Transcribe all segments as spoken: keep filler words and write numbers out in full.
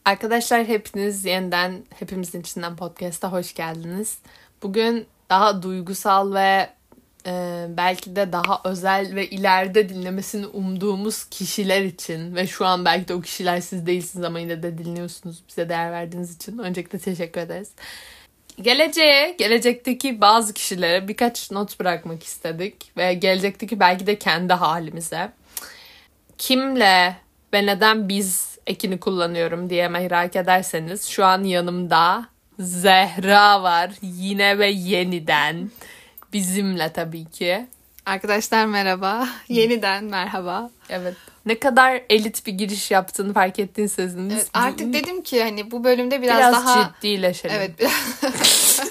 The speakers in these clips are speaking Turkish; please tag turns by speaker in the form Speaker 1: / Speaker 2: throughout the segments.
Speaker 1: Arkadaşlar hepiniz yeniden Hepimizin İçinden Podcast'a hoş geldiniz. Bugün daha duygusal ve e, belki de daha özel ve ileride dinlemesini umduğumuz kişiler için ve şu an belki de o kişiler siz değilsiniz ama yine de dinliyorsunuz, bize değer verdiğiniz için. Öncelikle teşekkür ederiz. Geleceğe, gelecekteki bazı kişilere birkaç not bırakmak istedik ve gelecekteki belki de kendi halimize. Kimle ve neden biz ekini kullanıyorum diye merak ederseniz şu an yanımda Zehra var. Yine ve yeniden bizimle tabii ki.
Speaker 2: Arkadaşlar merhaba. Yeniden merhaba.
Speaker 1: Evet. Ne kadar elit bir giriş yaptığını fark ettiyseniz.
Speaker 2: Evet, artık dedim ki hani bu bölümde biraz,
Speaker 1: biraz
Speaker 2: daha
Speaker 1: ciddileşelim.
Speaker 2: Evet. Biraz...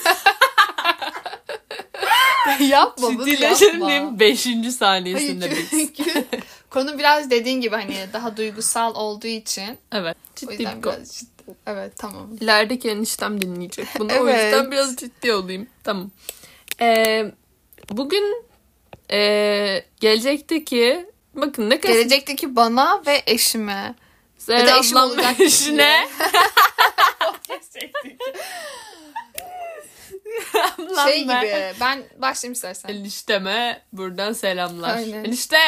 Speaker 2: yapma bunu
Speaker 1: Ciddileşelim
Speaker 2: yapma.
Speaker 1: diyeyim beşinci saniyesinde
Speaker 2: Hayır,
Speaker 1: biz.
Speaker 2: çünkü konu biraz dediğin gibi hani daha duygusal olduğu için.
Speaker 1: Evet.
Speaker 2: O
Speaker 1: Ciddi
Speaker 2: yüzden
Speaker 1: bir konu.
Speaker 2: biraz ciddi. Evet tamam.
Speaker 1: İlerideki eniştem dinleyecek bunu. O
Speaker 2: Evet.
Speaker 1: yüzden biraz ciddi olayım. Tamam. Ee, bugün e, gelecekteki bakın ne kadar
Speaker 2: Gelecekteki bana ve eşime.
Speaker 1: Zehra
Speaker 2: Ya da eşim
Speaker 1: ablam
Speaker 2: olacak
Speaker 1: ve eşine. Ablam
Speaker 2: Şey
Speaker 1: ve
Speaker 2: gibi ben başlayayım istersen.
Speaker 1: enişteme buradan selamlar.
Speaker 2: Aynen.
Speaker 1: Enişte.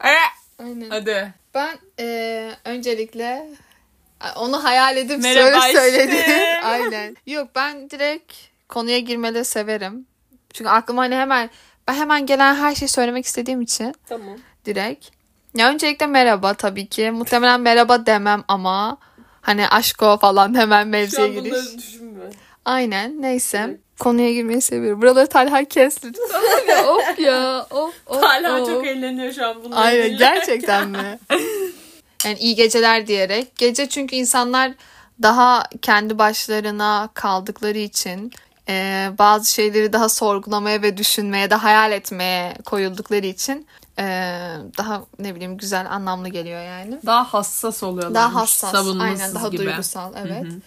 Speaker 2: Aynen.
Speaker 1: Hadi.
Speaker 2: Ben e, öncelikle onu hayal edip
Speaker 1: Merhaba
Speaker 2: söyle söyledim.
Speaker 1: işte.
Speaker 2: Aynen. Yok ben direkt konuya girmeleri severim. Çünkü aklıma hani hemen ben hemen gelen her şeyi söylemek istediğim için
Speaker 1: Tamam.
Speaker 2: direkt. Ya öncelikle merhaba tabii ki. Muhtemelen merhaba demem ama hani aşko falan hemen mevzuya
Speaker 1: Şu an
Speaker 2: giriş.
Speaker 1: bunları düşünme.
Speaker 2: Aynen neyse.
Speaker 1: Evet.
Speaker 2: Konuya girmeyi seviyorum. Buraları Talha kes lütfen. ya, of ya. Of of.
Speaker 1: Hala
Speaker 2: of.
Speaker 1: çok eğleniyor şu an bunları.
Speaker 2: Aynen
Speaker 1: dinlerken.
Speaker 2: gerçekten mi? Yani iyi geceler diyerek. Gece çünkü insanlar daha kendi başlarına kaldıkları için e, bazı şeyleri daha sorgulamaya ve düşünmeye de hayal etmeye koyuldukları için e, daha ne bileyim güzel anlamlı geliyor yani.
Speaker 1: Daha hassas oluyorlar.
Speaker 2: Daha hassas.
Speaker 1: Savunmasız
Speaker 2: Aynen daha
Speaker 1: gibi.
Speaker 2: duygusal evet.
Speaker 1: Hı hı.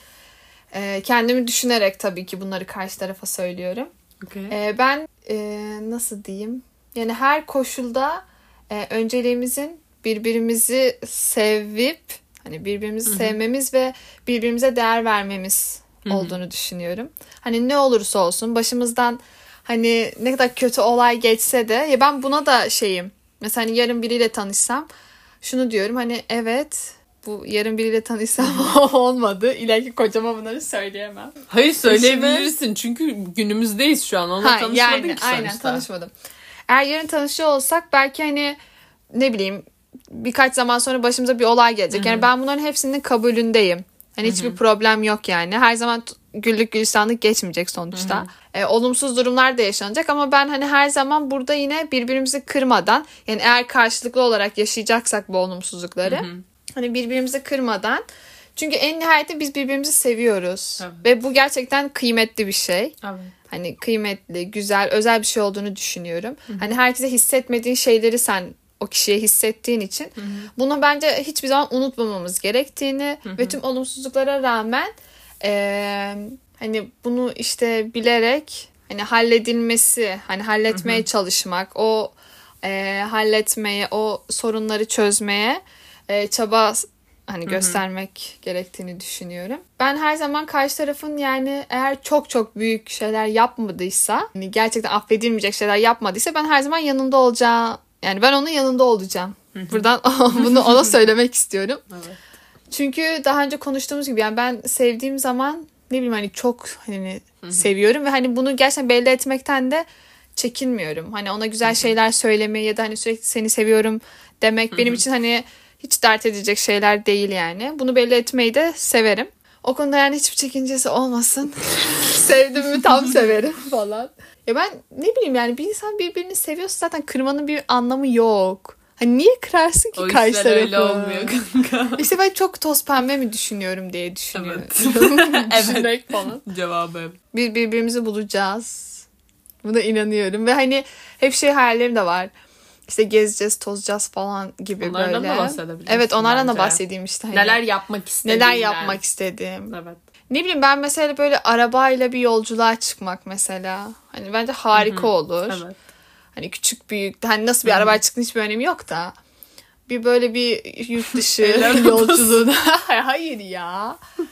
Speaker 2: E, kendimi düşünerek tabii ki bunları karşı tarafa söylüyorum.
Speaker 1: Okay.
Speaker 2: E, ben e, nasıl diyeyim? Yani her koşulda e, önceliğimizin birbirimizi sevip hani birbirimizi
Speaker 1: Hı-hı.
Speaker 2: sevmemiz ve birbirimize değer vermemiz
Speaker 1: Hı-hı.
Speaker 2: olduğunu düşünüyorum. Hani ne olursa olsun başımızdan hani ne kadar kötü olay geçse de ya ben buna da şeyim. Mesela hani yarın biriyle tanışsam şunu diyorum hani evet bu yarın biriyle tanışsam olmadı. İleriki kocama bunları söyleyemem.
Speaker 1: Hayır söyleyebilirsin çünkü günümüzdeyiz şu an. Onunla
Speaker 2: Ha,
Speaker 1: tanışmadın
Speaker 2: yani,
Speaker 1: ki sonuçta.
Speaker 2: aynen tanışmadım. Eğer yarın tanışıyor olsak belki hani ne bileyim birkaç zaman sonra başımıza bir olay gelecek. Yani ben bunların hepsinin kabulündeyim. Hani hiçbir problem yok yani. Her zaman t- güllük gülistanlık geçmeyecek sonuçta. E, olumsuz durumlar da yaşanacak ama ben hani her zaman burada yine birbirimizi kırmadan yani eğer karşılıklı olarak yaşayacaksak bu olumsuzlukları hani birbirimizi kırmadan çünkü en nihayetinde biz birbirimizi seviyoruz.
Speaker 1: Evet.
Speaker 2: Ve bu gerçekten kıymetli bir şey.
Speaker 1: Evet.
Speaker 2: Hani kıymetli, güzel, özel bir şey olduğunu düşünüyorum. Hı-hı. Hani herkese hissetmediğin şeyleri sen o kişiye hissettiğin için Hı-hı. bunu bence hiçbir zaman unutmamamız gerektiğini Hı-hı. ve tüm olumsuzluklara rağmen e, hani bunu işte bilerek hani halledilmesi, hani halletmeye Hı-hı. çalışmak, o e, halletmeye, o sorunları çözmeye e, çaba hani göstermek Hı-hı. gerektiğini düşünüyorum. Ben her zaman karşı tarafın yani eğer çok çok büyük şeyler yapmadıysa, hani gerçekten affedilmeyecek şeyler yapmadıysa ben her zaman yanında olacağım. Yani ben onun yanında olacağım. Hı-hı. Buradan bunu ona söylemek istiyorum.
Speaker 1: Evet.
Speaker 2: Çünkü daha önce konuştuğumuz gibi yani ben sevdiğim zaman ne bileyim hani çok hani Hı-hı. seviyorum ve hani bunu gerçekten belli etmekten de çekinmiyorum. Hani ona güzel Hı-hı. şeyler söylemeyi ya da hani sürekli seni seviyorum demek Hı-hı. benim için hani hiç dert edecek şeyler değil yani. Bunu belli etmeyi de severim. O konuda yani hiçbir çekincesi olmasın. Sevdim mi tam severim falan. Ya ben ne bileyim yani bir insan birbirini seviyorsa zaten kırmanın bir anlamı yok. Hani niye kırarsın ki
Speaker 1: o
Speaker 2: karşı tarafı? O
Speaker 1: öyle olmuyor kanka.
Speaker 2: İşte ben çok toz pembe mi düşünüyorum diye düşünüyorum.
Speaker 1: Evet.
Speaker 2: Düşünerek falan.
Speaker 1: Cevabı.
Speaker 2: Bir birbirimizi bulacağız. Buna inanıyorum. Ve hani hep şey hayallerim de var. İşte gezeceğiz, tozacağız falan gibi
Speaker 1: onlardan
Speaker 2: böyle.
Speaker 1: da bahsedebilirsin.
Speaker 2: Evet onlardan
Speaker 1: bence.
Speaker 2: da bahsedeyim işte. Hani
Speaker 1: neler yapmak istediğinden.
Speaker 2: Neler yapmak istediğim.
Speaker 1: Evet.
Speaker 2: Ne bileyim ben mesela böyle arabayla bir yolculuğa çıkmak mesela. Hani bence harika Hı-hı. olur.
Speaker 1: Evet.
Speaker 2: Hani küçük büyük. Hani nasıl bir Hı-hı. arabaya çıktığın hiçbir önemi yok da. Bir böyle bir yurt dışı yolculuğuna. Hayır ya.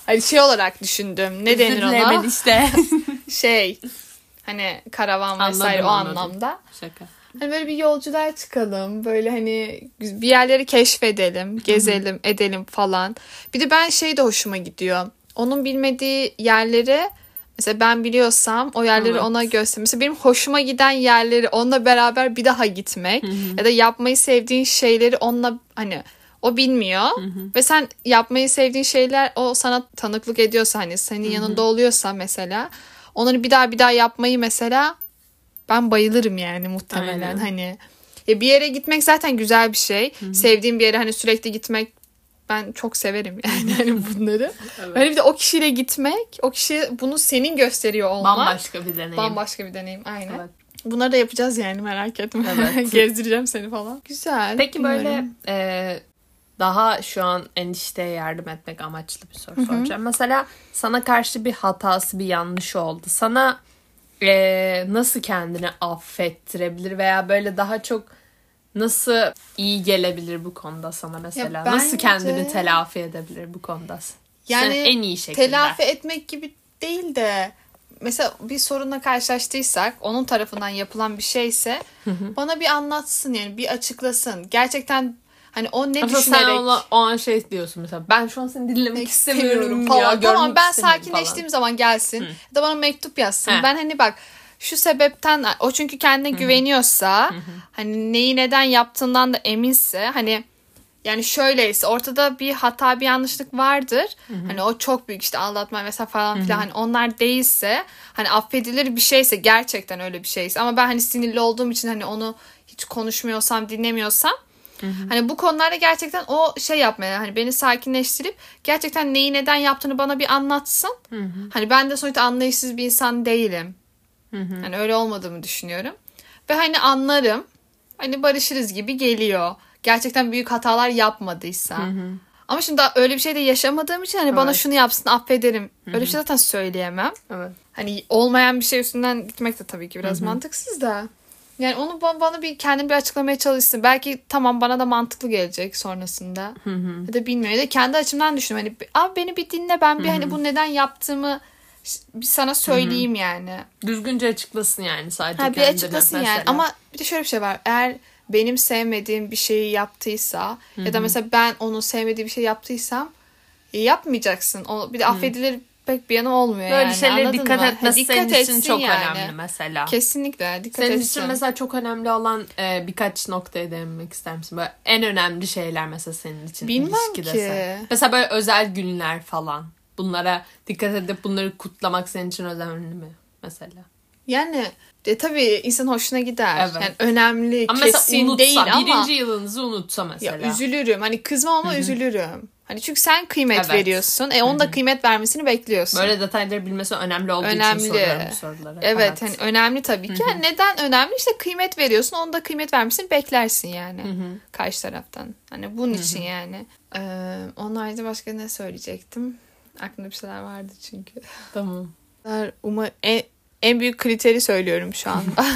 Speaker 2: Hani şey olarak düşündüm. Ne denir ona?
Speaker 1: Hemen işte.
Speaker 2: Şey hani karavan vesaire
Speaker 1: Anladım,
Speaker 2: o
Speaker 1: anladım.
Speaker 2: anlamda.
Speaker 1: Şaka.
Speaker 2: Hani böyle bir yolculuğa çıkalım. Böyle hani bir yerleri keşfedelim. Gezelim, edelim falan. Bir de ben şey de hoşuma gidiyor. Onun bilmediği yerleri mesela ben biliyorsam o yerleri
Speaker 1: Evet.
Speaker 2: ona göster. Mesela benim hoşuma giden yerleri onunla beraber bir daha gitmek.
Speaker 1: Hı hı.
Speaker 2: Ya da yapmayı sevdiğin şeyleri onunla hani o bilmiyor.
Speaker 1: Hı hı.
Speaker 2: Ve sen yapmayı sevdiğin şeyler o sana tanıklık ediyorsa hani senin
Speaker 1: Hı hı.
Speaker 2: yanında oluyorsa mesela onları bir daha bir daha yapmayı mesela ben bayılırım yani muhtemelen.
Speaker 1: Aynen.
Speaker 2: Hani ya bir yere gitmek zaten güzel bir şey.
Speaker 1: Hı.
Speaker 2: Sevdiğim bir yere hani sürekli gitmek ben çok severim yani hani bunları.
Speaker 1: Evet.
Speaker 2: Hani bir de o kişiyle gitmek, o kişi bunu senin gösteriyor olmak.
Speaker 1: Bambaşka bir deneyim.
Speaker 2: Bambaşka bir deneyim aynen.
Speaker 1: Evet.
Speaker 2: Bunları da yapacağız yani merak etme.
Speaker 1: Evet.
Speaker 2: Gezdireceğim seni falan. Güzel.
Speaker 1: Peki böyle
Speaker 2: bilmiyorum.
Speaker 1: e, daha şu an enişteye yardım etmek amaçlı bir soru soracağım. Mesela sana karşı bir hatası, bir yanlışı oldu. Sana e, nasıl kendini affettirebilir veya böyle daha çok nasıl iyi gelebilir bu konuda sana mesela?
Speaker 2: Ya
Speaker 1: Nasıl
Speaker 2: bence-
Speaker 1: kendini telafi edebilir bu konuda?
Speaker 2: Yani
Speaker 1: Sen en iyi şekilde.
Speaker 2: telafi etmek gibi değil de mesela bir sorunla karşılaştıysak onun tarafından yapılan bir şeyse bana bir anlatsın yani bir açıklasın. Gerçekten hani o ne
Speaker 1: Mesela
Speaker 2: düşünerek
Speaker 1: sen ona, o an şey diyorsun mesela ben şu an seni dinlemek istemiyorum
Speaker 2: istemiyorum
Speaker 1: falan.
Speaker 2: falan. Tamam
Speaker 1: görmek
Speaker 2: ben
Speaker 1: istemiyorum
Speaker 2: sakinleştiğim
Speaker 1: falan.
Speaker 2: zaman gelsin ya da bana mektup yazsın.
Speaker 1: He.
Speaker 2: Ben hani bak şu sebepten o çünkü kendine güveniyorsa hani neyi neden yaptığından da eminse hani yani şöyleyse ortada bir hata bir yanlışlık vardır. Hani o çok büyük işte aldatma mesela falan filan hani onlar değilse hani affedilir bir şeyse gerçekten öyle bir şeyse ama ben hani sinirli olduğum için hani onu hiç konuşmuyorsam dinlemiyorsam hani bu konularda gerçekten o şey yapmaya hani beni sakinleştirip gerçekten neyi neden yaptığını bana bir anlatsın. Hani ben de sonuçta anlayışsız bir insan değilim. Hani öyle olmadığımı düşünüyorum. Ve hani anlarım. Hani barışırız gibi geliyor. Gerçekten büyük hatalar yapmadıysa. Ama şimdi daha öyle bir şey de yaşamadığım için hani bana
Speaker 1: Evet.
Speaker 2: şunu yapsın affederim. Öyle bir şey zaten söyleyemem.
Speaker 1: Evet.
Speaker 2: Hani olmayan bir şey üstünden gitmek de tabii ki biraz mantıksız da. Yani onu ba- bana bir kendim bir açıklamaya çalışsın. Belki tamam bana da mantıklı gelecek sonrasında. Ya da bilmiyorum. Ya da kendi açımdan düşün. Hani abi beni bir dinle ben bir hani bu neden yaptığımı bir sana söyleyeyim yani.
Speaker 1: Düzgünce açıklasın yani sadece
Speaker 2: Ha, bir
Speaker 1: kendine
Speaker 2: açıklasın
Speaker 1: mesela.
Speaker 2: yani. Ama bir de şöyle bir şey var. Eğer benim sevmediğim bir şeyi yaptıysa ya da mesela ben onun sevmediği bir şey yaptıysam e, yapmayacaksın. O, bir de affedilir pek bir yanı olmuyor
Speaker 1: böyle
Speaker 2: yani.
Speaker 1: şeylere
Speaker 2: Anladın
Speaker 1: dikkat
Speaker 2: mı?
Speaker 1: etmesi
Speaker 2: Ha, dikkat
Speaker 1: senin için
Speaker 2: etsin
Speaker 1: çok
Speaker 2: yani.
Speaker 1: önemli mesela.
Speaker 2: Kesinlikle dikkat
Speaker 1: Senin
Speaker 2: etsin.
Speaker 1: için mesela çok önemli olan e, birkaç noktaya değinmek ister misin? Böyle en önemli şeyler mesela senin için
Speaker 2: Bilmem
Speaker 1: ilişkide
Speaker 2: ki.
Speaker 1: sen. Mesela böyle özel günler falan. Bunlara dikkat edip bunları kutlamak senin için önemli mi mesela?
Speaker 2: Yani e, tabii insan hoşuna gider.
Speaker 1: Evet.
Speaker 2: Yani önemli
Speaker 1: Ama
Speaker 2: kesin
Speaker 1: mesela unutsa,
Speaker 2: değil ama.
Speaker 1: birinci yılınızı unutsa mesela.
Speaker 2: Ya üzülürüm. Hani kızmam ama üzülürüm. Hani çünkü sen kıymet
Speaker 1: Evet.
Speaker 2: veriyorsun. E onun da kıymet vermesini bekliyorsun.
Speaker 1: Böyle detayları bilmesi önemli olduğu
Speaker 2: Önemli.
Speaker 1: için soruyorum bu soruları.
Speaker 2: Evet, hani önemli tabii ki. Yani neden önemli? İşte kıymet veriyorsun. Onun da kıymet vermesini beklersin yani. Karşı taraftan. Hani bunun için yani. Ee, onun haricinde başka ne söyleyecektim? Aklımda bir şeyler vardı çünkü.
Speaker 1: Tamam.
Speaker 2: Uma en, en büyük kriteri söylüyorum şu anda.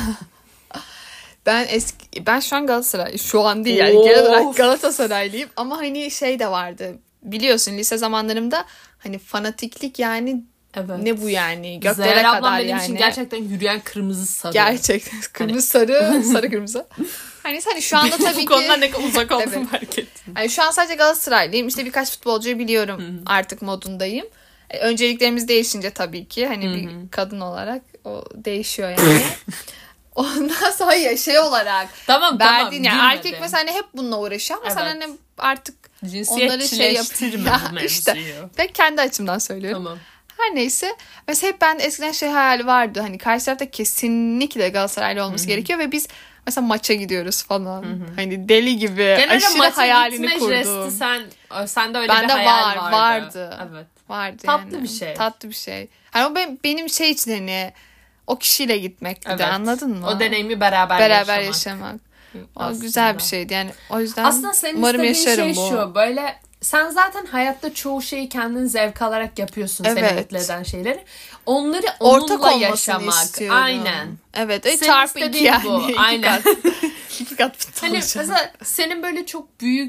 Speaker 2: Ben eski ben şu an Galatasaray şu an değil yani genel olarak Galatasaraylıyım ama hani şey de vardı. Biliyorsun lise zamanlarımda hani fanatiklik yani
Speaker 1: Evet.
Speaker 2: ne bu yani göklere
Speaker 1: Zeynep ablam
Speaker 2: kadar
Speaker 1: benim
Speaker 2: yani.
Speaker 1: için gerçekten yürüyen kırmızı sarı.
Speaker 2: Gerçekten kırmızı sarı sarı kırmızı. Hani hani şu anda tabii
Speaker 1: bu
Speaker 2: ki
Speaker 1: konudan ne kadar uzak olduğumu
Speaker 2: Evet.
Speaker 1: fark ettim.
Speaker 2: hani şu an sadece Galatasaraylıyım. İşte birkaç futbolcuyu biliyorum artık modundayım. E, Önceliklerimiz değişince tabii ki hani bir kadın olarak o değişiyor yani. Ondan sonra ya şey olarak
Speaker 1: Tamam
Speaker 2: verdiğin
Speaker 1: tamam.
Speaker 2: yani erkek mesela hani hep bununla uğraşıyor ama sen
Speaker 1: Evet.
Speaker 2: hani artık onları şey
Speaker 1: Cinsiyetçileştirme
Speaker 2: yapıyor.
Speaker 1: bu
Speaker 2: Ya işte
Speaker 1: mevzuyu.
Speaker 2: ben kendi açımdan söylüyorum.
Speaker 1: Tamam.
Speaker 2: Her neyse. Mesela hep bende eskiden şey hayali vardı. Hani karşı tarafta kesinlikle Galatasaraylı olması gerekiyor ve biz mesela maça gidiyoruz falan. Hani deli gibi
Speaker 1: Genelde
Speaker 2: aşırı
Speaker 1: maça
Speaker 2: hayalini
Speaker 1: gitme
Speaker 2: kurdum.
Speaker 1: jesti sen, sende öyle
Speaker 2: Bende
Speaker 1: bir hayal
Speaker 2: var,
Speaker 1: vardı.
Speaker 2: vardı.
Speaker 1: Evet.
Speaker 2: Vardı
Speaker 1: Tatlı
Speaker 2: yani.
Speaker 1: bir şey.
Speaker 2: Tatlı bir şey. Hani o benim, benim şey için hani o kişiyle gitmekti
Speaker 1: Evet.
Speaker 2: de anladın mı?
Speaker 1: O deneyimi beraber,
Speaker 2: Beraber
Speaker 1: yaşamak.
Speaker 2: yaşamak. O
Speaker 1: Aslında.
Speaker 2: güzel bir şeydi yani. O yüzden
Speaker 1: Aslında senin
Speaker 2: umarım
Speaker 1: istediğin
Speaker 2: yaşarım
Speaker 1: şey
Speaker 2: bu.
Speaker 1: şu. Böyle sen zaten hayatta çoğu şeyi kendin zevk alarak yapıyorsun. Seni
Speaker 2: Evet.
Speaker 1: mutlu eden şeyleri. Onları
Speaker 2: Ortak
Speaker 1: onunla
Speaker 2: olmasını
Speaker 1: yaşamak.
Speaker 2: istiyorum.
Speaker 1: Aynen.
Speaker 2: Evet. E,
Speaker 1: Senin
Speaker 2: çarpı iki
Speaker 1: istediğin
Speaker 2: yani.
Speaker 1: bu.
Speaker 2: İki
Speaker 1: Aynen.
Speaker 2: kat. İki kat futbol
Speaker 1: Hani
Speaker 2: olacağım.
Speaker 1: mesela senin böyle çok büyük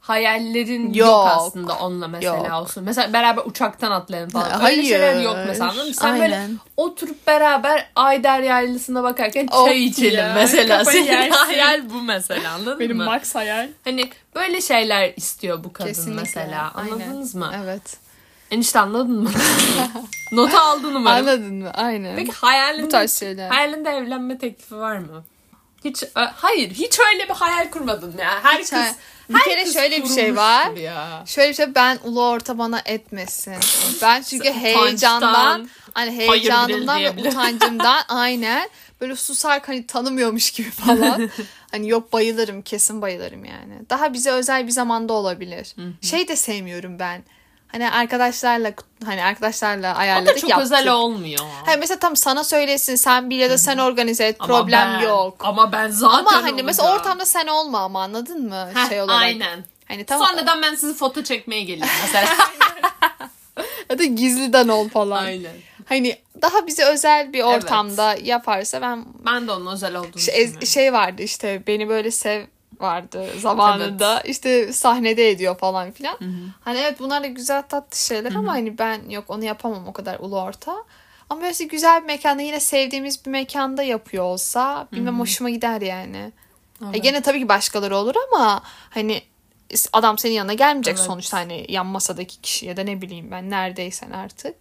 Speaker 1: hayallerin yok,
Speaker 2: Yok.
Speaker 1: aslında onunla mesela
Speaker 2: Yok.
Speaker 1: olsun. Mesela beraber uçaktan atlayalım falan.
Speaker 2: Ha,
Speaker 1: Öyle
Speaker 2: hayır.
Speaker 1: şeyler yok mesela. Anladın mı? Sen böyle
Speaker 2: Aynen.
Speaker 1: oturup beraber Ayder Yaylası'na bakarken
Speaker 2: Of
Speaker 1: çay içelim
Speaker 2: ya,
Speaker 1: mesela.
Speaker 2: kafayı
Speaker 1: Senin
Speaker 2: yersin.
Speaker 1: hayal bu mesela, anladın
Speaker 2: Benim
Speaker 1: mı?
Speaker 2: max hayal.
Speaker 1: Hani böyle şeyler istiyor bu kadın
Speaker 2: Kesinlikle.
Speaker 1: mesela. Anladınız
Speaker 2: Aynen.
Speaker 1: mı?
Speaker 2: Evet.
Speaker 1: Enişte anladın mı? Notu aldın umarım.
Speaker 2: Anladın mı? Aynen.
Speaker 1: Peki hayalinde,
Speaker 2: Bu tarz şeyler.
Speaker 1: hayalinde evlenme teklifi var mı? Hiç e, hayır, hiç öyle bir hayal kurmadın ya. Her
Speaker 2: Hiç
Speaker 1: kız,
Speaker 2: hay- bir
Speaker 1: her
Speaker 2: kere
Speaker 1: kız
Speaker 2: şöyle bir şey
Speaker 1: kurmuştur
Speaker 2: var.
Speaker 1: Ya.
Speaker 2: Şöyle bir şey, ben ulu orta bana etmesin. Ben çünkü
Speaker 1: Utançtan,
Speaker 2: heyecandan hani
Speaker 1: hayır
Speaker 2: heyecanımdan
Speaker 1: bile
Speaker 2: ve
Speaker 1: diyebilir.
Speaker 2: utancımdan aynen böyle susar hani tanımıyormuş gibi falan. Hani yok, bayılırım, kesin bayılırım yani. Daha bize özel bir zamanda olabilir. Şey de sevmiyorum ben. Hani arkadaşlarla hani arkadaşlarla
Speaker 1: O da
Speaker 2: ayarladık,
Speaker 1: çok
Speaker 2: yaptık.
Speaker 1: özel olmuyor.
Speaker 2: Hani mesela tam sana söylesin, sen bil ya da sen organize et,
Speaker 1: Ama
Speaker 2: problem
Speaker 1: ben-
Speaker 2: yok.
Speaker 1: Ama ben zaten
Speaker 2: Ama hani
Speaker 1: olacağım.
Speaker 2: mesela ortamda sen olma ama, anladın mı?
Speaker 1: Heh,
Speaker 2: Şey olarak.
Speaker 1: aynen.
Speaker 2: Hani tamam.
Speaker 1: Sonradan ben sizi foto çekmeye geleyim mesela.
Speaker 2: Ya da gizliden ol falan.
Speaker 1: Aynen.
Speaker 2: Hani daha bize özel bir ortamda yaparsa ben
Speaker 1: Ben de onun özel olduğunu
Speaker 2: şey,
Speaker 1: düşünüyorum.
Speaker 2: şey vardı işte, beni böyle sev vardı zamanında. İşte sahnede ediyor falan filan. Hani evet, bunlar da güzel tatlı şeyler ama hani ben yok, onu yapamam o kadar ulu orta. Ama böyle güzel bir mekanda, yine sevdiğimiz bir mekanda yapıyor olsa bilmem, hoşuma gider yani.
Speaker 1: Evet.
Speaker 2: E gene tabii ki başkaları olur ama hani adam senin yanına gelmeyecek
Speaker 1: Evet.
Speaker 2: sonuçta, hani yan masadaki kişi ya da ne bileyim ben, neredeysen artık.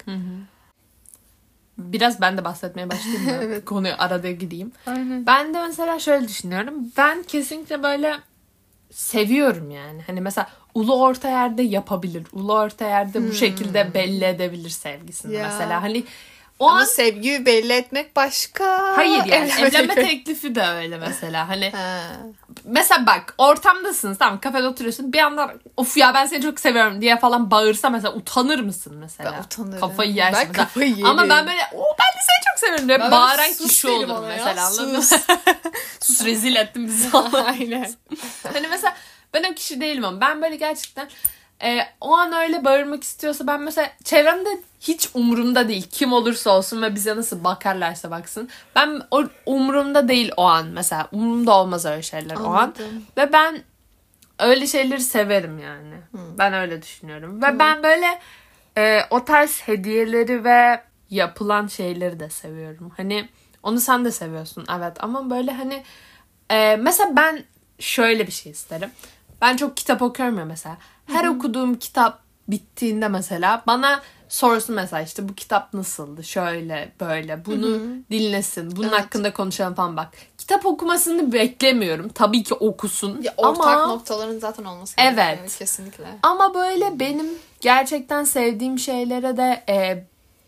Speaker 1: Biraz ben de bahsetmeye başlayayım mı?
Speaker 2: Evet.
Speaker 1: Konuyu arada gideyim.
Speaker 2: Aynen.
Speaker 1: Ben de mesela şöyle düşünüyorum. Ben kesinlikle böyle seviyorum yani. Hani mesela ulu orta yerde yapabilir. Ulu orta yerde bu şekilde belli edebilir sevgisini
Speaker 2: Ya.
Speaker 1: mesela. Hani o
Speaker 2: Ama
Speaker 1: an
Speaker 2: sevgiyi belli etmek başka.
Speaker 1: hayır yani
Speaker 2: Evlenme
Speaker 1: evlenme
Speaker 2: teklifi.
Speaker 1: teklifi de öyle mesela. Hani
Speaker 2: Ha.
Speaker 1: mesela bak, ortamdasınız, tamam, kafede oturuyorsun, bir anda of ya ben seni çok seviyorum diye falan bağırsa mesela utanır mısın mesela?
Speaker 2: Ben utanırım.
Speaker 1: Kafayı yersin
Speaker 2: Ben
Speaker 1: mesela.
Speaker 2: kafayı yerim.
Speaker 1: Ama ben böyle o ben de seni çok seviyorum diye
Speaker 2: Ben
Speaker 1: bağıran
Speaker 2: böyle sus
Speaker 1: kişi
Speaker 2: derim
Speaker 1: olurum
Speaker 2: ona ya,
Speaker 1: mesela, anladın mı?
Speaker 2: sus.
Speaker 1: Sus, rezil ettin bizi falan.
Speaker 2: Aynen.
Speaker 1: Hani mesela ben o kişi değilim ama ben böyle gerçekten e, o an öyle bağırmak istiyorsa, ben mesela çevremde hiç umurumda değil kim olursa olsun ve bize nasıl bakarlarsa baksın. Ben o, umurumda değil o an mesela. Umurumda olmaz öyle şeyler o an.
Speaker 2: Anladım.
Speaker 1: Ve ben öyle şeyleri severim yani. Ben öyle düşünüyorum. Ve ben böyle e, o tarz hediyeleri ve yapılan şeyleri de seviyorum. Hani onu sen de seviyorsun evet, ama böyle hani e, mesela ben şöyle bir şey isterim. Ben çok kitap okuyorum ya mesela. Her okuduğum kitap bittiğinde mesela bana sorsun mesela, işte bu kitap nasıldı, şöyle böyle, bunu dinlesin, bunun
Speaker 2: Evet.
Speaker 1: hakkında konuşalım falan. Bak, kitap okumasını beklemiyorum, tabii ki okusun
Speaker 2: Ya ortak
Speaker 1: ama
Speaker 2: noktaların zaten olması
Speaker 1: Evet.
Speaker 2: gerekiyor, kesinlikle.
Speaker 1: ama böyle benim gerçekten sevdiğim şeylere de e,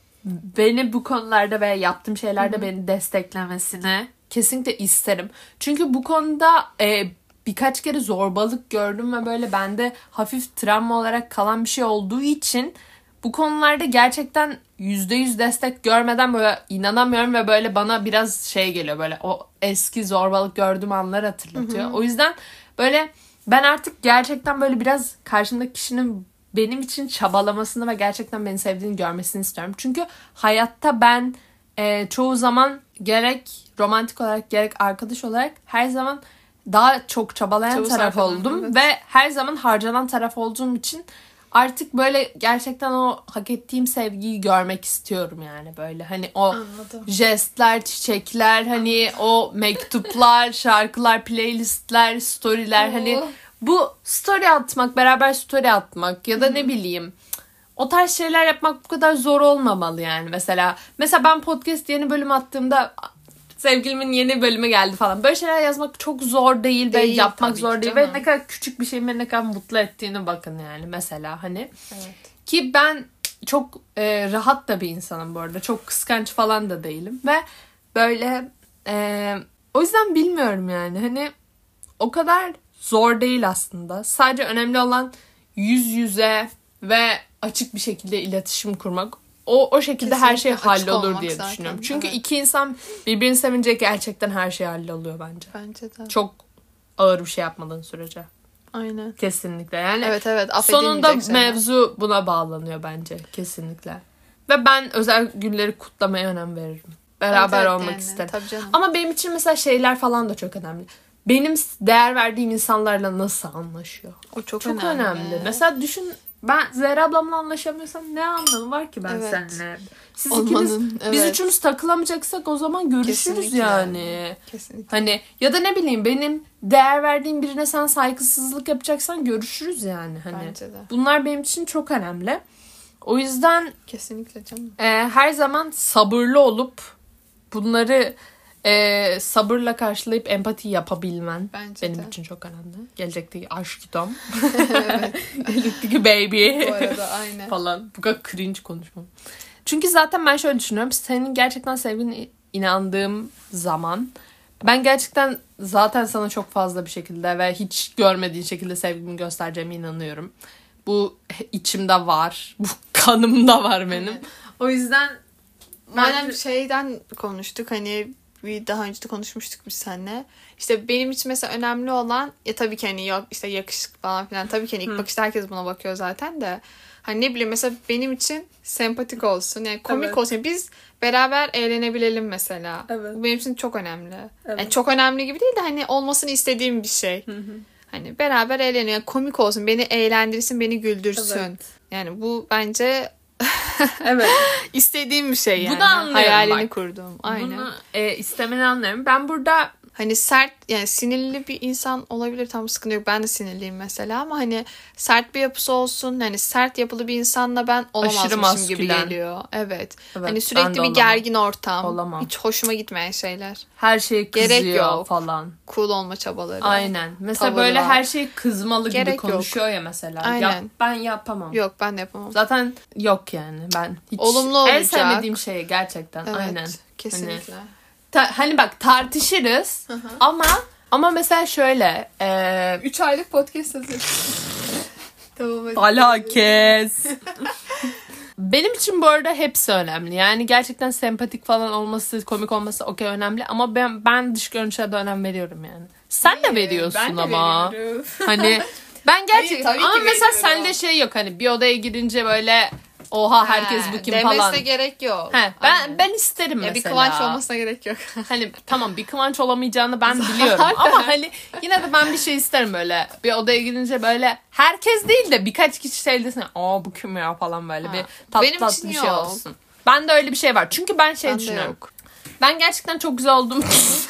Speaker 1: beni bu konularda ve yaptığım şeylerde beni desteklemesini kesinlikle isterim. Çünkü bu konuda e, birkaç kere zorbalık gördüm ve böyle bende hafif travma olarak kalan bir şey olduğu için bu konularda gerçekten yüzde yüz destek görmeden böyle inanamıyorum ve böyle bana biraz şey geliyor, böyle o eski zorbalık gördüğüm anları hatırlatıyor. O yüzden böyle ben artık gerçekten böyle biraz karşımdaki kişinin benim için çabalamasını ve gerçekten beni sevdiğini görmesini istiyorum. Çünkü hayatta ben e, çoğu zaman gerek romantik olarak gerek arkadaş olarak her zaman daha çok çabalayan
Speaker 2: Çaba
Speaker 1: taraf
Speaker 2: sarf eden,
Speaker 1: oldum.
Speaker 2: evet.
Speaker 1: Ve her zaman harcanan taraf olduğum için artık böyle gerçekten o hak ettiğim sevgiyi görmek istiyorum yani, böyle hani o
Speaker 2: Anladım.
Speaker 1: jestler, çiçekler, hani o mektuplar, şarkılar, playlistler, storyler, hani bu story atmak, beraber story atmak ya da ne bileyim o tarz şeyler yapmak bu kadar zor olmamalı yani. Mesela mesela ben podcast yeni bölüm attığımda sevgilimin yeni bölümü geldi falan. Böyle şeyler yazmak çok zor değil, ve
Speaker 2: Değil
Speaker 1: yapmak
Speaker 2: tabii
Speaker 1: zor
Speaker 2: ki
Speaker 1: değil
Speaker 2: canım.
Speaker 1: ve ne kadar küçük bir şeyin beni ne kadar mutlu ettiğini bakın yani mesela hani.
Speaker 2: Evet.
Speaker 1: Ki ben çok e, rahat da bir insanım bu arada. Çok kıskanç falan da değilim ve böyle e, o yüzden bilmiyorum yani hani o kadar zor değil aslında. Sadece önemli olan yüz yüze ve açık bir şekilde iletişim kurmak. O o şekilde her şey
Speaker 2: Kesinlikle açık
Speaker 1: hallolur
Speaker 2: olmak
Speaker 1: diye
Speaker 2: zaten,
Speaker 1: düşünüyorum. Çünkü
Speaker 2: evet.
Speaker 1: iki insan birbirini sevince gerçekten her şey halloluyor bence.
Speaker 2: Bence de.
Speaker 1: Çok ağır bir şey yapmadığın sürece.
Speaker 2: Aynen.
Speaker 1: Kesinlikle. Yani
Speaker 2: Evet evet,
Speaker 1: sonunda
Speaker 2: affedilmeyecek şeyler.
Speaker 1: mevzu buna bağlanıyor bence. Kesinlikle. Ve ben özel günleri kutlamaya önem veririm. Beraber
Speaker 2: Evet, evet,
Speaker 1: olmak
Speaker 2: yani,
Speaker 1: isterim.
Speaker 2: tabii canım.
Speaker 1: Ama benim için mesela şeyler falan da çok önemli. benim değer verdiğim insanlarla nasıl anlaşıyor?
Speaker 2: O çok,
Speaker 1: Çok
Speaker 2: önemli.
Speaker 1: önemli. Mesela düşün, ben Zehra ablamla anlaşamıyorsam ne anlamı var ki ben
Speaker 2: Evet.
Speaker 1: seninle? Siz
Speaker 2: Olmanın,
Speaker 1: ikiniz, biz
Speaker 2: evet.
Speaker 1: üçümüz takılamayacaksak o zaman görüşürüz
Speaker 2: Kesinlikle.
Speaker 1: yani.
Speaker 2: Kesinlikle.
Speaker 1: Hani ya da ne bileyim, benim değer verdiğim birine sen saygısızlık yapacaksan görüşürüz yani. Hani
Speaker 2: Bence de.
Speaker 1: bunlar benim için çok önemli. O yüzden
Speaker 2: Kesinlikle canım.
Speaker 1: e, her zaman sabırlı olup bunları e, sabırla karşılayıp empati yapabilmen
Speaker 2: Bence
Speaker 1: benim
Speaker 2: de.
Speaker 1: için çok önemli. Gelecekteki aşkım.
Speaker 2: Evet.
Speaker 1: Gelecekteki baby.
Speaker 2: Bu arada aynen.
Speaker 1: Falan. Bu kadar cringe konuşmam. Çünkü zaten ben şöyle düşünüyorum. Senin gerçekten sevdiğine inandığım zaman ben gerçekten zaten sana çok fazla bir şekilde ve hiç görmediğin şekilde sevgimi göstereceğime inanıyorum. Bu içimde var. Bu kanımda var benim.
Speaker 2: Evet.
Speaker 1: O yüzden
Speaker 2: Madem
Speaker 1: bence-
Speaker 2: şeyden konuştuk, hani bir daha önce de konuşmuştuk biz seninle. İşte benim için mesela önemli olan, ya tabii ki hani yok işte yakışık falan filan. Tabii ki hani ilk
Speaker 1: Hı.
Speaker 2: bakışta herkes buna bakıyor zaten de. Hani ne bileyim, mesela benim için sempatik olsun. Yani komik
Speaker 1: Evet.
Speaker 2: olsun. Biz beraber eğlenebilelim mesela.
Speaker 1: Evet.
Speaker 2: Bu benim için çok önemli.
Speaker 1: Evet.
Speaker 2: Yani çok önemli gibi değil de hani olmasını istediğim bir şey.
Speaker 1: Hı hı.
Speaker 2: Hani beraber eğleniyor. Yani komik olsun. Beni eğlendirsin, beni güldürsün.
Speaker 1: Evet.
Speaker 2: Yani bu bence
Speaker 1: Evet.
Speaker 2: istediğim bir şey yani.
Speaker 1: Bunu anlıyorum
Speaker 2: Hayalini
Speaker 1: bak.
Speaker 2: kurduğum. Aynen.
Speaker 1: Bunu e, istemeni anlıyorum. Ben burada
Speaker 2: Hani sert, yani sinirli bir insan olabilir, tam sıkıntı yok. Ben de sinirliyim mesela, ama hani sert bir yapısı olsun. Hani sert yapılı bir insanla ben olamazmışım gibi
Speaker 1: maskülen.
Speaker 2: geliyor. Evet.
Speaker 1: Evet,
Speaker 2: hani
Speaker 1: ben
Speaker 2: sürekli
Speaker 1: de
Speaker 2: bir
Speaker 1: olamam.
Speaker 2: gergin ortam.
Speaker 1: Olamam.
Speaker 2: Hiç hoşuma gitmeyen şeyler.
Speaker 1: her şey kızıyor
Speaker 2: Gerek yok.
Speaker 1: falan.
Speaker 2: Cool olma çabaları.
Speaker 1: Aynen. Mesela
Speaker 2: Tavırlar.
Speaker 1: böyle her şey kızmalı gibi
Speaker 2: Gerek yok.
Speaker 1: konuşuyor ya mesela.
Speaker 2: Aynen.
Speaker 1: Yap, ben yapamam.
Speaker 2: Yok, ben de yapamam.
Speaker 1: Zaten yok yani. Ben hiç
Speaker 2: Olumlu
Speaker 1: en
Speaker 2: olacak.
Speaker 1: sevmediğim şey gerçekten.
Speaker 2: Evet.
Speaker 1: Aynen.
Speaker 2: Kesinlikle.
Speaker 1: Ta- hani bak, tartışırız ama ama mesela şöyle e,
Speaker 2: üç aylık podcast hazır. Tamam hadi.
Speaker 1: alakes. Benim için bu arada hepsi önemli. Yani gerçekten sempatik falan olması, komik olması okey önemli, ama ben ben dış görünüşe de önem veriyorum yani. Sen de veriyorsun
Speaker 2: Ben de
Speaker 1: ama.
Speaker 2: veriyorum.
Speaker 1: Hani ben gerçekten
Speaker 2: Hayır, tabii
Speaker 1: ama
Speaker 2: ki
Speaker 1: mesela
Speaker 2: veriyorum.
Speaker 1: sende şey yok, hani bir odaya girince böyle oha herkes bu kim
Speaker 2: Demesine
Speaker 1: falan.
Speaker 2: gerek yok.
Speaker 1: He, ben
Speaker 2: Aynen.
Speaker 1: ben isterim
Speaker 2: Ya
Speaker 1: mesela.
Speaker 2: bir kıvanç olmasına gerek yok.
Speaker 1: Hani tamam, bir kıvanç olamayacağını ben biliyorum ama hani yine de ben bir şey isterim, böyle bir odaya girince böyle herkes değil de birkaç kişi şey desin, aa bu kim ya falan, böyle
Speaker 2: Ha.
Speaker 1: bir tatlı
Speaker 2: Benim
Speaker 1: tatlı
Speaker 2: için
Speaker 1: bir şey
Speaker 2: yok.
Speaker 1: olsun. Ben de öyle bir şey var. Çünkü ben şey
Speaker 2: Bende
Speaker 1: düşünüyorum.
Speaker 2: yok.
Speaker 1: Ben gerçekten çok güzel oldum.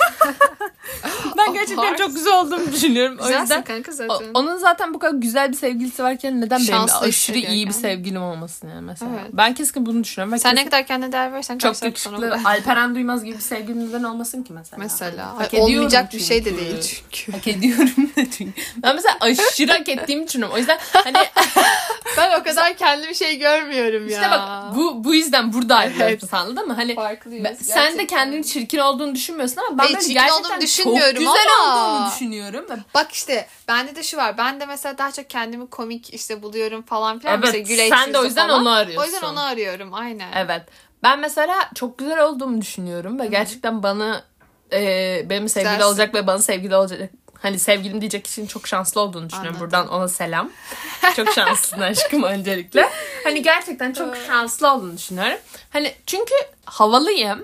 Speaker 1: ben gerçekten
Speaker 2: Abart.
Speaker 1: çok güzel olduğumu düşünüyorum. O
Speaker 2: Güzelsin
Speaker 1: yüzden
Speaker 2: kanka
Speaker 1: o-
Speaker 2: zaten.
Speaker 1: onun zaten bu kadar güzel bir sevgilisi varken neden benim de
Speaker 2: Şanslı
Speaker 1: aşırı
Speaker 2: hissediyor
Speaker 1: iyi bir
Speaker 2: kendini.
Speaker 1: sevgilim olmasın yani mesela.
Speaker 2: Evet.
Speaker 1: Ben kesinlikle bunu düşünüyorum. Ve
Speaker 2: Sen ne
Speaker 1: kesin-
Speaker 2: kadar kendine değer verirsen
Speaker 1: çok
Speaker 2: karşı taraf sana
Speaker 1: yakışıklı
Speaker 2: bu-
Speaker 1: Alperen Duymaz gibi bir sevgilim neden olmasın ki mesela.
Speaker 2: Mesela.
Speaker 1: Hak
Speaker 2: Hayır,
Speaker 1: ediyorum
Speaker 2: olmayacak bir şey de
Speaker 1: çünkü.
Speaker 2: değil çünkü.
Speaker 1: Hak ediyorum da çünkü. Ben mesela aşırı hak ettiğimi düşünüyorum. O yüzden hani
Speaker 2: Ben o kadar kendi bir şey görmüyorum ya.
Speaker 1: işte bak bu bu yüzden burada ayrılıyoruz,
Speaker 2: Evet.
Speaker 1: anladın mı? Hani
Speaker 2: Farklıyız.
Speaker 1: ben- sen de kendini çirkin olduğunu düşünmüyorsun ama ben
Speaker 2: Hayır,
Speaker 1: böyle
Speaker 2: çirkin
Speaker 1: gerçekten
Speaker 2: olduğumu
Speaker 1: çok
Speaker 2: düşünmüyorum
Speaker 1: güzel
Speaker 2: ama-
Speaker 1: olduğunu düşünüyorum. Ve
Speaker 2: Bak işte bende de şu var. Ben de mesela daha çok kendimi komik işte buluyorum falan filan.
Speaker 1: Evet,
Speaker 2: Mesela güleç
Speaker 1: sen de o
Speaker 2: yüzlü
Speaker 1: yüzden
Speaker 2: falan.
Speaker 1: onu arıyorsun.
Speaker 2: O yüzden onu arıyorum. Aynen.
Speaker 1: evet. Ben mesela çok güzel olduğumu düşünüyorum ve gerçekten bana e, benim sevgili
Speaker 2: Güzelsin.
Speaker 1: olacak ve bana sevgili olacak, hani sevgilim diyecek kişinin çok şanslı olduğunu düşünüyorum.
Speaker 2: Anladım.
Speaker 1: Buradan ona selam. Çok şanslısın aşkım öncelikle. Hani gerçekten çok şanslı olduğunu düşünüyorum. Hani çünkü havalıyım.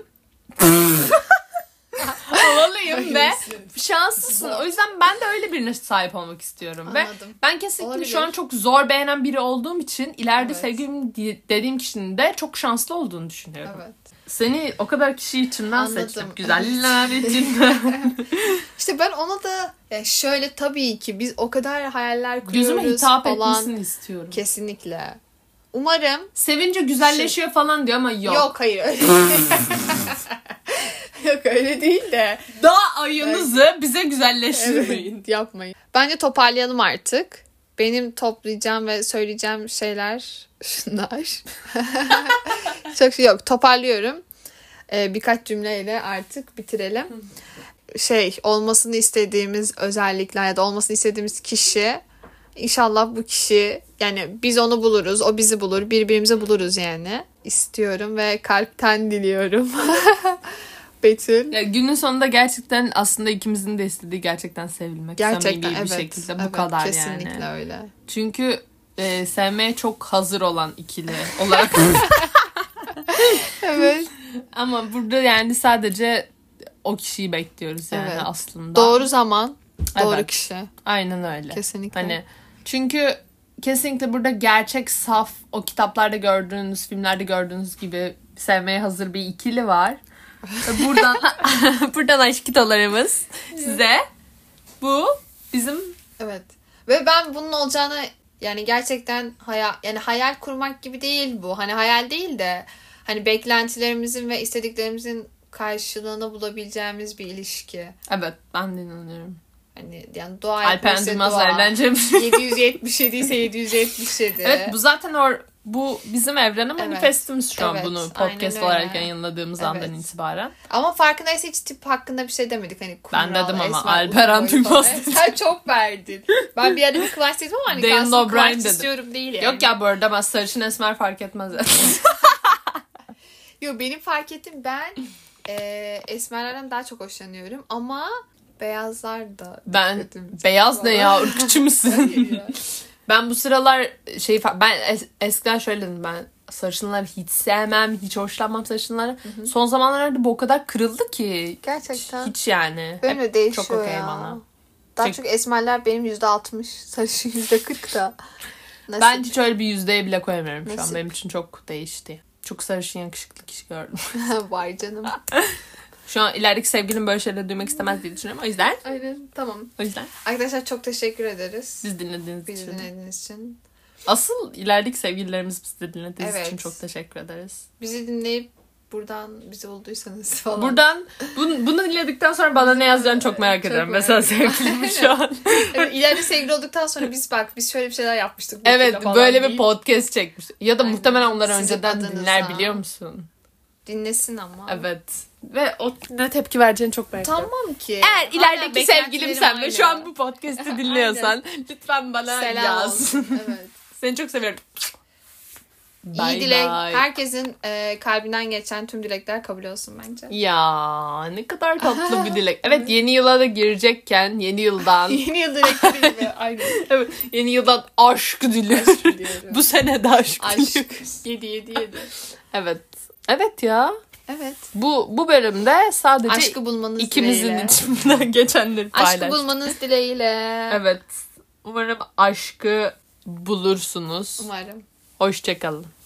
Speaker 1: Havalıyım ve şanslısın. O yüzden ben de öyle birine sahip olmak istiyorum. Ve
Speaker 2: Anladım.
Speaker 1: ben kesinlikle
Speaker 2: Olabilir.
Speaker 1: şu an çok zor beğenen biri olduğum için ileride
Speaker 2: Evet.
Speaker 1: sevgilim di- dediğim kişinin de çok şanslı olduğunu düşünüyorum.
Speaker 2: Evet.
Speaker 1: Seni o kadar kişi içimden
Speaker 2: Anladım.
Speaker 1: seçtim. Güzeller içinden.
Speaker 2: İşte ben ona da ya şöyle, tabii ki biz o kadar hayaller kuruyoruz
Speaker 1: Gözüme hitap
Speaker 2: falan.
Speaker 1: etmesini istiyorum.
Speaker 2: Kesinlikle. Umarım.
Speaker 1: Sevince güzelleşiyor falan diyor ama yok.
Speaker 2: Yok, hayır öyle. Yok öyle değil de.
Speaker 1: Daha ayınızı bize güzelleştirmeyin.
Speaker 2: Evet, yapmayın. Bence toparlayalım artık. Benim toplayacağım ve söyleyeceğim şeyler şunlar. Çok şey yok. Toparlıyorum. Ee, birkaç cümleyle artık bitirelim. Şey, olmasını istediğimiz özellikler ya da olmasını istediğimiz kişi, İnşallah bu kişi, yani biz onu buluruz, o bizi bulur, birbirimizi buluruz yani. İstiyorum ve kalpten diliyorum. Betül.
Speaker 1: Ya günün sonunda gerçekten aslında ikimizin de istediği gerçekten sevilmek.
Speaker 2: Gerçekten
Speaker 1: Samimi
Speaker 2: evet.
Speaker 1: bir şekilde bu
Speaker 2: evet,
Speaker 1: kadar
Speaker 2: kesinlikle
Speaker 1: yani.
Speaker 2: öyle.
Speaker 1: Çünkü e, sevmeye çok hazır olan ikili olarak.
Speaker 2: Evet.
Speaker 1: Ama burada yani sadece o kişiyi bekliyoruz yani
Speaker 2: Evet.
Speaker 1: aslında.
Speaker 2: Doğru zaman, doğru
Speaker 1: Evet.
Speaker 2: kişi.
Speaker 1: Aynen öyle.
Speaker 2: Kesinlikle.
Speaker 1: Hani çünkü kesinlikle burada gerçek saf o kitaplarda gördüğünüz, filmlerde gördüğünüz gibi sevmeye hazır bir ikili var. Ve buradan buradan aşk kitalarımız size bu bizim
Speaker 2: Evet. Ve ben bunun olacağını yani gerçekten hayal yani hayal kurmak gibi değil bu. Hani hayal değil de hani beklentilerimizin ve istediklerimizin karşılığını bulabileceğimiz bir ilişki.
Speaker 1: evet ben de inanıyorum.
Speaker 2: Hani yani dua
Speaker 1: Alpen
Speaker 2: etmesi
Speaker 1: Durmaz'la
Speaker 2: dua.
Speaker 1: evleneceğim.
Speaker 2: yedi yüz yetmiş yedi ise yedi yüz yetmiş yedi.
Speaker 1: Evet bu zaten or bu bizim evrene manifestimiz şu an
Speaker 2: Evet,
Speaker 1: bunu
Speaker 2: aynen
Speaker 1: podcast
Speaker 2: öyle.
Speaker 1: olarak yayınladığımız
Speaker 2: Evet.
Speaker 1: andan itibaren.
Speaker 2: Ama farkındaysa hiç tip hakkında bir şey demedik. Hani kumral,
Speaker 1: Ben dedim ama
Speaker 2: esmer,
Speaker 1: Alperen
Speaker 2: uzun boylu
Speaker 1: Duymaz
Speaker 2: falan.
Speaker 1: dedim.
Speaker 2: Sen çok verdin. Ben bir yerde bir kıvanç dedim ama hani
Speaker 1: Dan
Speaker 2: kalsın
Speaker 1: O'Brien
Speaker 2: kıvanç
Speaker 1: dedim.
Speaker 2: istiyorum değil yani.
Speaker 1: Yok ya bu arada ben sarışın esmer fark etmez.
Speaker 2: Yok benim fark ettim ben e, esmerlerden daha çok hoşlanıyorum ama beyazlar da
Speaker 1: Ben
Speaker 2: dikkatimi
Speaker 1: beyaz ne ya
Speaker 2: çekiyor.
Speaker 1: ırkçı mısın?
Speaker 2: Hayır ya.
Speaker 1: Ben bu sıralar şey fa- ben es- eskiden şöyle dedim ben sarışınları hiç sevmem, hiç hoşlanmam sarışınları. Son zamanlarda bu o kadar kırıldı ki.
Speaker 2: Gerçekten.
Speaker 1: Hiç yani.
Speaker 2: Benim
Speaker 1: Hep
Speaker 2: de değişiyor
Speaker 1: çok okey
Speaker 2: ya.
Speaker 1: bana.
Speaker 2: Daha
Speaker 1: Şey-
Speaker 2: çok esmerler benim yüzde altmış, sarışın yüzde kırk da. Nasıl?
Speaker 1: Ben hiç öyle bir yüzdeye bile koyamıyorum şu an.
Speaker 2: Nasip.
Speaker 1: Benim için çok değişti. Çok sarışın yakışıklı kişi gördüm.
Speaker 2: Vay canım.
Speaker 1: Şu an ilerideki sevgilim böyle şeyler duymak istemez diye düşünüyorum. O yüzden.
Speaker 2: Aynen tamam.
Speaker 1: O yüzden.
Speaker 2: Arkadaşlar çok teşekkür ederiz.
Speaker 1: Biz dinlediğiniz
Speaker 2: Bizi
Speaker 1: için.
Speaker 2: dinlediğiniz için.
Speaker 1: Asıl ilerideki sevgililerimiz bizi dinlediğiniz
Speaker 2: Evet.
Speaker 1: için çok teşekkür ederiz.
Speaker 2: Bizi dinleyip buradan bizi bulduysanız falan.
Speaker 1: Buradan bunu, bunu dinledikten sonra bana ne yazacağını çok merak
Speaker 2: Çok
Speaker 1: ederim.
Speaker 2: merak
Speaker 1: Mesela
Speaker 2: ediyorum.
Speaker 1: sevgilim şu an.
Speaker 2: Evet, ileride sevgili olduktan sonra biz bak biz şöyle bir şeyler yapmıştık. bu
Speaker 1: Evet
Speaker 2: kızla falan
Speaker 1: böyle bir
Speaker 2: deyip
Speaker 1: podcast çekmiş. Ya da
Speaker 2: Aynen.
Speaker 1: muhtemelen onları
Speaker 2: Sizin
Speaker 1: önceden
Speaker 2: adınıza.
Speaker 1: dinler biliyor musun?
Speaker 2: dinlesin ama.
Speaker 1: Evet. Ve o ne tepki vereceğini çok merak ediyorum.
Speaker 2: Tamam ki.
Speaker 1: Eğer ilerideki
Speaker 2: Aynen,
Speaker 1: sevgilimsen ve
Speaker 2: beklentilerim
Speaker 1: şu an
Speaker 2: aynı.
Speaker 1: bu podcast'i dinliyorsan lütfen bana
Speaker 2: Selam
Speaker 1: yaz.
Speaker 2: olsun. Evet.
Speaker 1: Seni çok seviyorum.
Speaker 2: İyi
Speaker 1: Bye
Speaker 2: dilek.
Speaker 1: bye.
Speaker 2: Herkesin e, kalbinden geçen tüm dilekler kabul olsun bence.
Speaker 1: Ya ne kadar tatlı bir dilek. Evet yeni yıla da girecekken yeni yıldan
Speaker 2: Yeni yıl dilekleri gibi. Aynen.
Speaker 1: evet, yeni yıldan aşk diliyorum.
Speaker 2: diliyorum.
Speaker 1: Bu sene de aşk,
Speaker 2: Aşk.
Speaker 1: diliyorum.
Speaker 2: yedi yedi yedi.
Speaker 1: Evet. Evet ya.
Speaker 2: Evet.
Speaker 1: Bu bu bölümde sadece
Speaker 2: Aşkı bulmanız
Speaker 1: ikimizin
Speaker 2: dileğiyle.
Speaker 1: içinden geçenleri paylaştık.
Speaker 2: Aşkı bulmanız dileğiyle.
Speaker 1: Evet. Umarım aşkı bulursunuz.
Speaker 2: Umarım.
Speaker 1: Hoşçakalın.